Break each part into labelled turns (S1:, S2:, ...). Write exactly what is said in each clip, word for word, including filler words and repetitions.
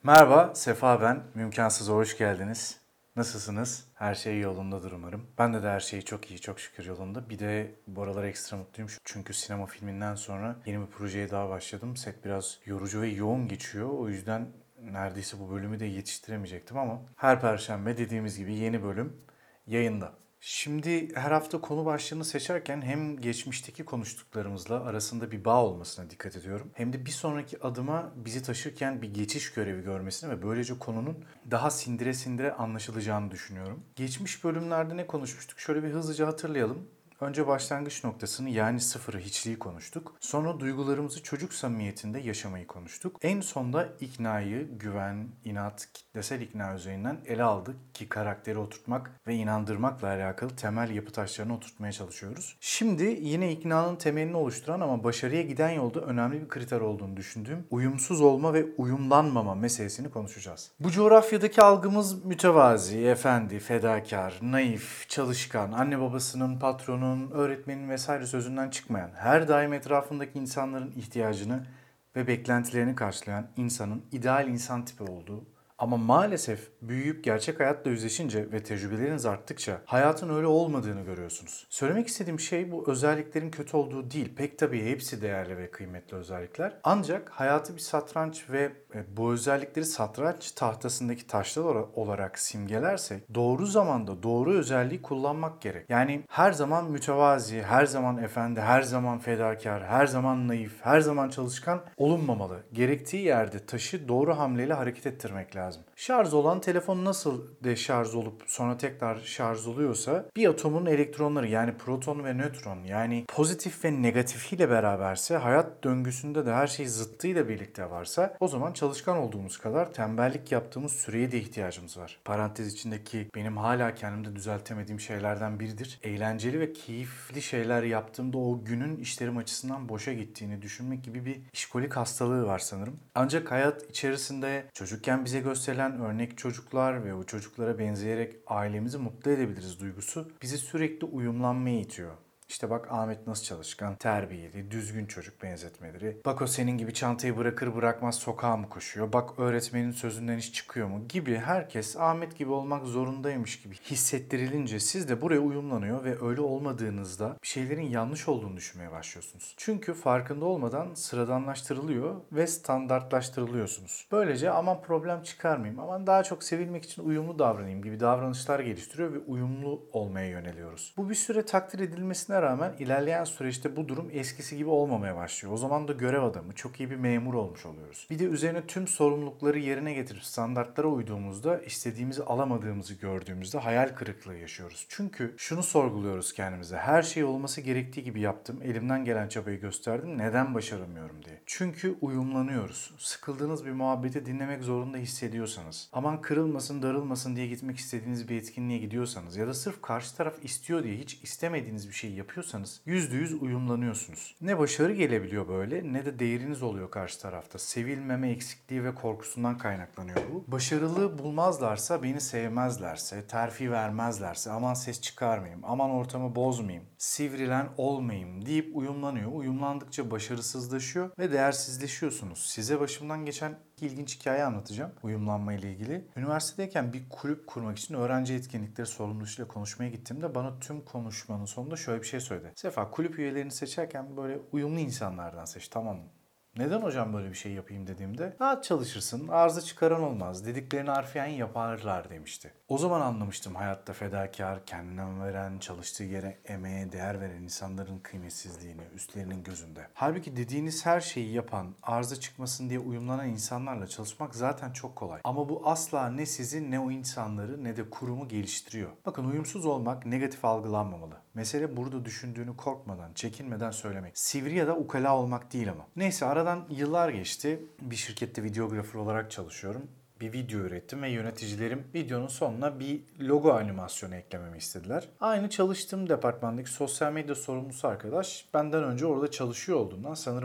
S1: Merhaba, Sefa ben. Mümkansız'a hoş geldiniz. Nasılsınız? Her şey yolundadır umarım. Ben de de her şey çok iyi, çok şükür yolunda. Bir de bu aralar ekstra mutluyum çünkü sinema filminden sonra yeni bir projeye daha başladım. Set biraz yorucu ve yoğun geçiyor. O yüzden neredeyse bu bölümü de yetiştiremeyecektim ama her perşembe dediğimiz gibi yeni bölüm yayında. Şimdi her hafta konu başlığını seçerken hem geçmişteki konuştuklarımızla arasında bir bağ olmasına dikkat ediyorum. Hem de bir sonraki adıma bizi taşırken bir geçiş görevi görmesini ve böylece konunun daha sindire sindire anlaşılacağını düşünüyorum. Geçmiş bölümlerde ne konuşmuştuk? Şöyle bir hızlıca hatırlayalım. Önce başlangıç noktasını yani sıfırı, hiçliği konuştuk. Sonra duygularımızı çocuk samimiyetinde yaşamayı konuştuk. En sonda iknayı, güven, inat, kitlesel ikna üzerinden ele aldık ki karakteri oturtmak ve inandırmakla alakalı temel yapı taşlarını oturtmaya çalışıyoruz. Şimdi yine iknanın temelini oluşturan ama başarıya giden yolda önemli bir kriter olduğunu düşündüğüm uyumsuz olma ve uyumlanmama meselesini konuşacağız. Bu coğrafyadaki algımız mütevazi, efendi, fedakar, naif, çalışkan, anne babasının, patronun, öğretmenin vesaire sözünden çıkmayan, her daim etrafındaki insanların ihtiyacını ve beklentilerini karşılayan insanın ideal insan tipi olduğu ama maalesef büyüyüp gerçek hayatla yüzleşince ve tecrübeleriniz arttıkça hayatın öyle olmadığını görüyorsunuz. Söylemek istediğim şey bu özelliklerin kötü olduğu değil. Pek tabii hepsi değerli ve kıymetli özellikler. Ancak hayatı bir satranç ve bu özellikleri satranç tahtasındaki taşlar olarak simgelersek doğru zamanda doğru özelliği kullanmak gerek. Yani her zaman mütevazi, her zaman efendi, her zaman fedakar, her zaman naif, her zaman çalışkan olunmamalı. Gerektiği yerde taşı doğru hamleyle hareket ettirmek lazım. Şarj olan telefon nasıl deşarj olup sonra tekrar şarj oluyorsa bir atomun elektronları yani proton ve nötron yani pozitif ve negatifiyle beraberse hayat döngüsünde de her şey zıttıyla birlikte varsa o zaman çalışkan olduğumuz kadar tembellik yaptığımız süreye de ihtiyacımız var. Parantez içindeki benim hala kendimde düzeltemediğim şeylerden biridir. Eğlenceli ve keyifli şeyler yaptığımda o günün işlerim açısından boşa gittiğini düşünmek gibi bir işkolik hastalığı var sanırım. Ancak hayat içerisinde çocukken bize gösterilen örnek çocuklar ve o çocuklara benzeyerek ailemizi mutlu edebiliriz duygusu bizi sürekli uyumlanmaya itiyor. İşte bak Ahmet nasıl çalışkan, terbiyeli, düzgün çocuk benzetmeleri. Bak o senin gibi çantayı bırakır bırakmaz sokağa mı koşuyor? Bak öğretmenin sözünden iş çıkıyor mu? Gibi herkes Ahmet gibi olmak zorundaymış gibi hissettirilince siz de buraya uyumlanıyor ve öyle olmadığınızda bir şeylerin yanlış olduğunu düşünmeye başlıyorsunuz. Çünkü farkında olmadan sıradanlaştırılıyor ve standartlaştırılıyorsunuz. Böylece aman problem çıkarmayayım, aman daha çok sevilmek için uyumlu davranayım gibi davranışlar geliştiriyor ve uyumlu olmaya yöneliyoruz. Bu bir süre takdir edilmesine rağmen ilerleyen süreçte bu durum eskisi gibi olmamaya başlıyor. O zaman da görev adamı, çok iyi bir memur olmuş oluyoruz. Bir de üzerine tüm sorumlulukları yerine getirip standartlara uyduğumuzda istediğimizi alamadığımızı gördüğümüzde hayal kırıklığı yaşıyoruz. Çünkü şunu sorguluyoruz kendimize. Her şey olması gerektiği gibi yaptım. Elimden gelen çabayı gösterdim. Neden başaramıyorum diye. Çünkü uyumlanıyoruz. Sıkıldığınız bir muhabbeti dinlemek zorunda hissediyorsanız, aman kırılmasın, darılmasın diye gitmek istediğiniz bir etkinliğe gidiyorsanız ya da sırf karşı taraf istiyor diye hiç istemediğiniz bir şey yapıyorsanız yüzde yüz uyumlanıyorsunuz. Ne başarı gelebiliyor böyle ne de değeriniz oluyor karşı tarafta. Sevilmeme eksikliği ve korkusundan kaynaklanıyor bu. Başarılı bulmazlarsa, beni sevmezlerse, terfi vermezlerse, aman ses çıkarmayayım, aman ortamı bozmayayım, sivrilen olmayayım deyip uyumlanıyor. Uyumlandıkça başarısızlaşıyor ve değersizleşiyorsunuz. Size başımdan geçen ilginç hikaye anlatacağım uyumlanma ile ilgili. Üniversitedeyken bir kulüp kurmak için öğrenci etkinlikleri sorumlusuyla konuşmaya gittiğimde bana tüm konuşmanın sonunda şöyle bir şey söyledi. Sefa, kulüp üyelerini seçerken böyle uyumlu insanlardan seç, tamam mı? Neden hocam böyle bir şey yapayım dediğimde rahat çalışırsın, arıza çıkaran olmaz, dediklerini harfiyen yaparlar demişti. O zaman anlamıştım hayatta fedakar, kendine veren, çalıştığı yere emeğe değer veren insanların kıymetsizliğini üstlerinin gözünde. Halbuki dediğiniz her şeyi yapan, arıza çıkmasın diye uyumlanan insanlarla çalışmak zaten çok kolay. Ama bu asla ne sizi ne o insanları ne de kurumu geliştiriyor. Bakın uyumsuz olmak negatif algılanmamalı. Mesele burada düşündüğünü korkmadan, çekinmeden söylemek. Sivri ya da ukala olmak değil ama. Neyse aradan yıllar geçti. Bir şirkette videografer olarak çalışıyorum. Bir video ürettim ve yöneticilerim videonun sonuna bir logo animasyonu eklememi istediler. Aynı çalıştığım departmandaki sosyal medya sorumlusu arkadaş benden önce orada çalışıyor olduğundan sanırım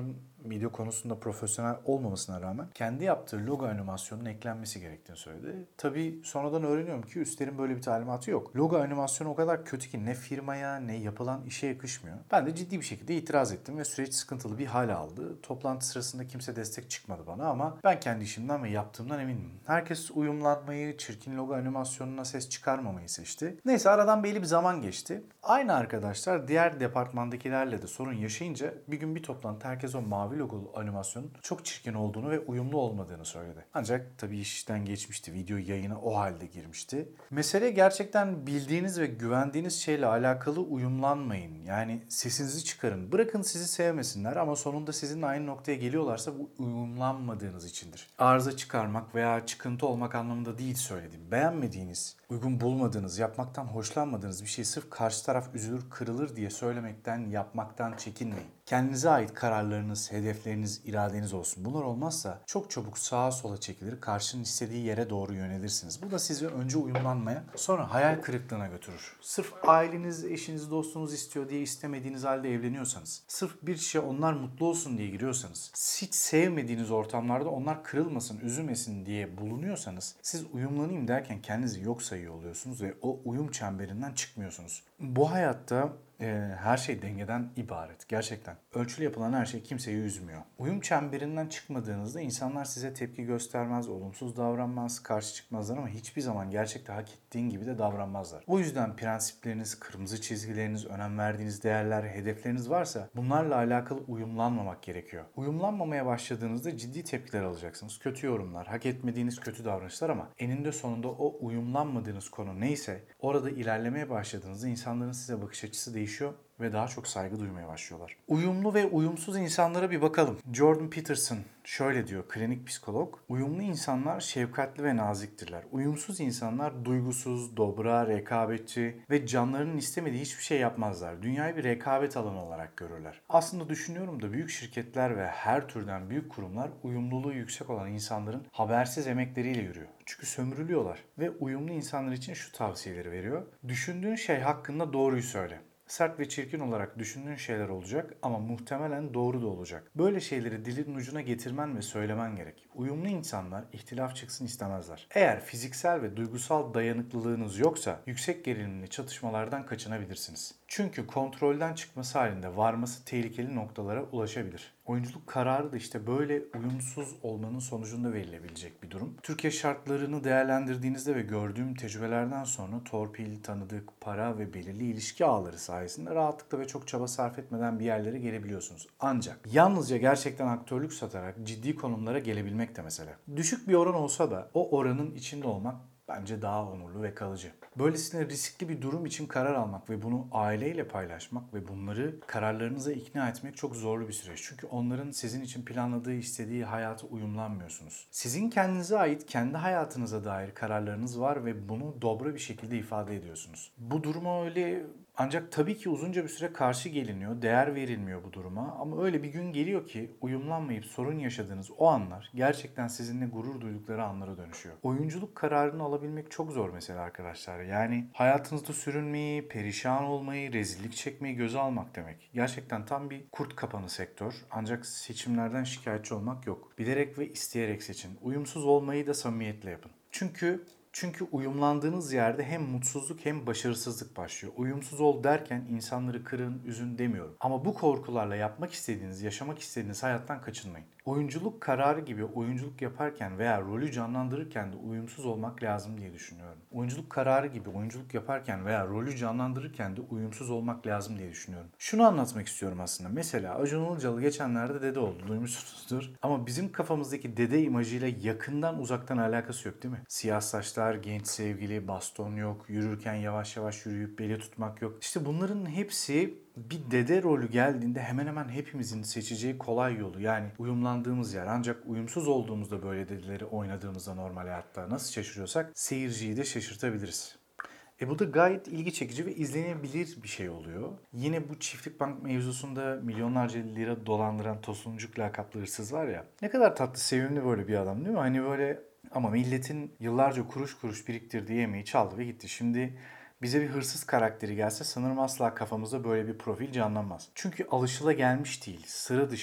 S1: video konusunda profesyonel olmamasına rağmen kendi yaptığı logo animasyonunun eklenmesi gerektiğini söyledi. Tabii sonradan öğreniyorum ki üstlerin böyle bir talimatı yok. Logo animasyonu o kadar kötü ki ne firmaya ne yapılan işe yakışmıyor. Ben de ciddi bir şekilde itiraz ettim ve süreç sıkıntılı bir hal aldı. Toplantı sırasında kimse destek çıkmadı bana ama ben kendi işimden ve yaptığımdan eminim. Herkes uyumlanmayı, çirkin logo animasyonuna ses çıkarmamayı seçti. Neyse aradan belli bir zaman geçti. Aynı arkadaşlar diğer departmandakilerle de sorun yaşayınca bir gün bir toplantı herkes o mavi logolu animasyonun çok çirkin olduğunu ve uyumlu olmadığını söyledi. Ancak tabii işten geçmişti. Video yayına o halde girmişti. Mesele gerçekten bildiğiniz ve güvendiğiniz şeyle alakalı uyumlanmayın. Yani sesinizi çıkarın. Bırakın sizi sevmesinler ama sonunda sizinle aynı noktaya geliyorlarsa bu uyumlanmadığınız içindir. Arıza çıkarmak veya çıkıntı olmak anlamında değil söylediğim. Beğenmediğiniz, uygun bulmadığınız, yapmaktan hoşlanmadığınız bir şey sırf karşı taraf üzülür, kırılır diye söylemekten, yapmaktan çekinmeyin. Kendinize ait kararlarınız, hedefleriniz, iradeniz olsun. Bunlar olmazsa çok çabuk sağa sola çekilir, karşının istediği yere doğru yönelirsiniz. Bu da sizi önce uyumlanmaya, sonra hayal kırıklığına götürür. Sırf aileniz, eşiniz, dostunuz istiyor diye istemediğiniz halde evleniyorsanız, sırf bir işe onlar mutlu olsun diye giriyorsanız, hiç sevmediğiniz ortamlarda onlar kırılmasın, üzülmesin diye bulunuyorsanız, siz uyumlanayım derken kendinizi yok sayıyor oluyorsunuz ve o uyum çemberinden çıkmıyorsunuz. Bu hayatta e, her şey dengeden ibaret. Gerçekten. Ölçülü yapılan her şey kimseyi üzmüyor. Uyum çemberinden çıkmadığınızda insanlar size tepki göstermez, olumsuz davranmaz, karşı çıkmazlar ama hiçbir zaman gerçekte hak ettiğin gibi de davranmazlar. O yüzden prensipleriniz, kırmızı çizgileriniz, önem verdiğiniz değerler, hedefleriniz varsa bunlarla alakalı uyumlanmamak gerekiyor. Uyumlanmamaya başladığınızda ciddi tepkiler alacaksınız. Kötü yorumlar, hak etmediğiniz kötü davranışlar ama eninde sonunda o uyumlanmadığınız konu neyse orada ilerlemeye başladığınızda insanların size bakış açısı değişiyor ve daha çok saygı duymaya başlıyorlar. Uyumlu ve uyumsuz insanlara bir bakalım. Jordan Peterson şöyle diyor, klinik psikolog. Uyumlu insanlar şefkatli ve naziktirler. Uyumsuz insanlar duygusuz, dobra, rekabetçi ve canlarının istemediği hiçbir şey yapmazlar. Dünyayı bir rekabet alanı olarak görürler. Aslında düşünüyorum da büyük şirketler ve her türden büyük kurumlar uyumluluğu yüksek olan insanların habersiz emekleriyle yürüyor. Çünkü sömürülüyorlar. Ve uyumlu insanlar için şu tavsiyeleri veriyor. Düşündüğün şey hakkında doğruyu söyle. Sert ve çirkin olarak düşündüğün şeyler olacak ama muhtemelen doğru da olacak. Böyle şeyleri dilin ucuna getirmen ve söylemen gerek. Uyumlu insanlar ihtilaf çıksın istemezler. Eğer fiziksel ve duygusal dayanıklılığınız yoksa yüksek gerilimli çatışmalardan kaçınabilirsiniz. Çünkü kontrolden çıkması halinde varması tehlikeli noktalara ulaşabilir. Oyunculuk kararı da işte böyle uyumsuz olmanın sonucunda verilebilecek bir durum. Türkiye şartlarını değerlendirdiğinizde ve gördüğüm tecrübelerden sonra torpil, tanıdık, para ve belirli ilişki ağları sayesinde rahatlıkla ve çok çaba sarf etmeden bir yerlere gelebiliyorsunuz. Ancak yalnızca gerçekten aktörlük satarak ciddi konumlara gelebilmek de mesele. Düşük bir oran olsa da o oranın içinde olmak bence daha onurlu ve kalıcı. Böylesine riskli bir durum için karar almak ve bunu aileyle paylaşmak ve bunları kararlarınıza ikna etmek çok zorlu bir süreç. Çünkü onların sizin için planladığı, istediği hayata uyumlanmıyorsunuz. Sizin kendinize ait kendi hayatınıza dair kararlarınız var ve bunu dobra bir şekilde ifade ediyorsunuz. Bu duruma öyle ancak tabii ki uzunca bir süre karşı geliniyor, değer verilmiyor bu duruma ama öyle bir gün geliyor ki uyumlanmayıp sorun yaşadığınız o anlar gerçekten sizinle gurur duydukları anlara dönüşüyor. Oyunculuk kararını alabilmek çok zor mesela arkadaşlar. Yani hayatınızda sürünmeyi, perişan olmayı, rezillik çekmeyi göze almak demek. Gerçekten tam bir kurt kapanı sektör ancak seçimlerden şikayetçi olmak yok. Bilerek ve isteyerek seçin. Uyumsuz olmayı da samimiyetle yapın. Çünkü Çünkü uyumlandığınız yerde hem mutsuzluk hem başarısızlık başlıyor. Uyumsuz ol derken insanları kırın, üzün demiyorum. Ama bu korkularla yapmak istediğiniz, yaşamak istediğiniz hayattan kaçınmayın. Oyunculuk kararı gibi oyunculuk yaparken veya rolü canlandırırken de uyumsuz olmak lazım diye düşünüyorum. Oyunculuk kararı gibi oyunculuk yaparken veya rolü canlandırırken de uyumsuz olmak lazım diye düşünüyorum. Şunu anlatmak istiyorum aslında. Mesela Acun Ilıcalı geçenlerde dede oldu. Duymuşsunuzdur. Ama bizim kafamızdaki dede imajıyla yakından uzaktan alakası yok değil mi? Siyah saçlar, genç sevgili, baston yok, yürürken yavaş yavaş yürüyüp beli tutmak yok. İşte bunların hepsi bir dede rolü geldiğinde hemen hemen hepimizin seçeceği kolay yolu. Yani uyumlandığımız yer. Ancak uyumsuz olduğumuzda böyle dedeleri oynadığımızda normal hayatta nasıl şaşırıyorsak seyirciyi de şaşırtabiliriz. E bu da gayet ilgi çekici ve izlenebilir bir şey oluyor. Yine bu çiftlik bank mevzusunda milyonlarca lira dolandıran Tosuncuk lakaplı hırsız var ya. Ne kadar tatlı, sevimli böyle bir adam değil mi? Hani böyle ama milletin yıllarca kuruş kuruş biriktirdiği yemeği çaldı ve gitti. Şimdi bize bir hırsız karakteri gelse sanırım asla kafamızda böyle bir profil canlanmaz. Çünkü alışılagelmiş değil, sıra dışı.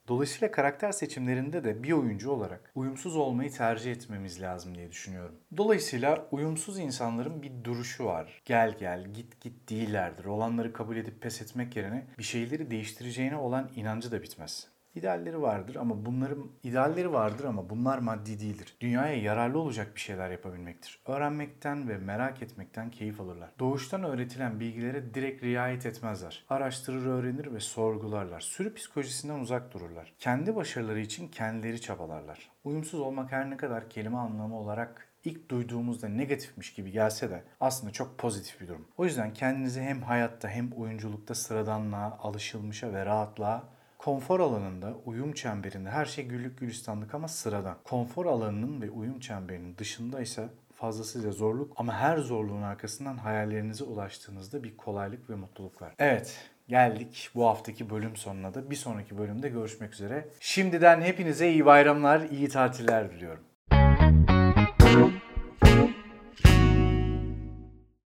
S1: Dolayısıyla karakter seçimlerinde de bir oyuncu olarak uyumsuz olmayı tercih etmemiz lazım diye düşünüyorum. Dolayısıyla uyumsuz insanların bir duruşu var. Gel gel, git git değillerdir. Olanları kabul edip pes etmek yerine bir şeyleri değiştireceğine olan inancı da bitmez. İdealleri vardır ama bunların idealleri vardır ama bunlar maddi değildir. Dünyaya yararlı olacak bir şeyler yapabilmektir. Öğrenmekten ve merak etmekten keyif alırlar. Doğuştan öğretilen bilgilere direkt riayet etmezler. Araştırır, öğrenir ve sorgularlar. Sürü psikolojisinden uzak dururlar. Kendi başarıları için kendileri çabalarlar. Uyumsuz olmak her ne kadar kelime anlamı olarak ilk duyduğumuzda negatifmiş gibi gelse de aslında çok pozitif bir durum. O yüzden kendinizi hem hayatta hem oyunculukta sıradanlığa, alışılmışa ve rahatlığa, konfor alanında, uyum çemberinde her şey güllük gülistanlık ama sıradan. Konfor alanının ve uyum çemberinin dışında ise fazlasıyla zorluk ama her zorluğun arkasından hayallerinize ulaştığınızda bir kolaylık ve mutluluk var. Evet, geldik bu haftaki bölüm sonuna da. Bir sonraki bölümde görüşmek üzere. Şimdiden hepinize iyi bayramlar, iyi tatiller diliyorum.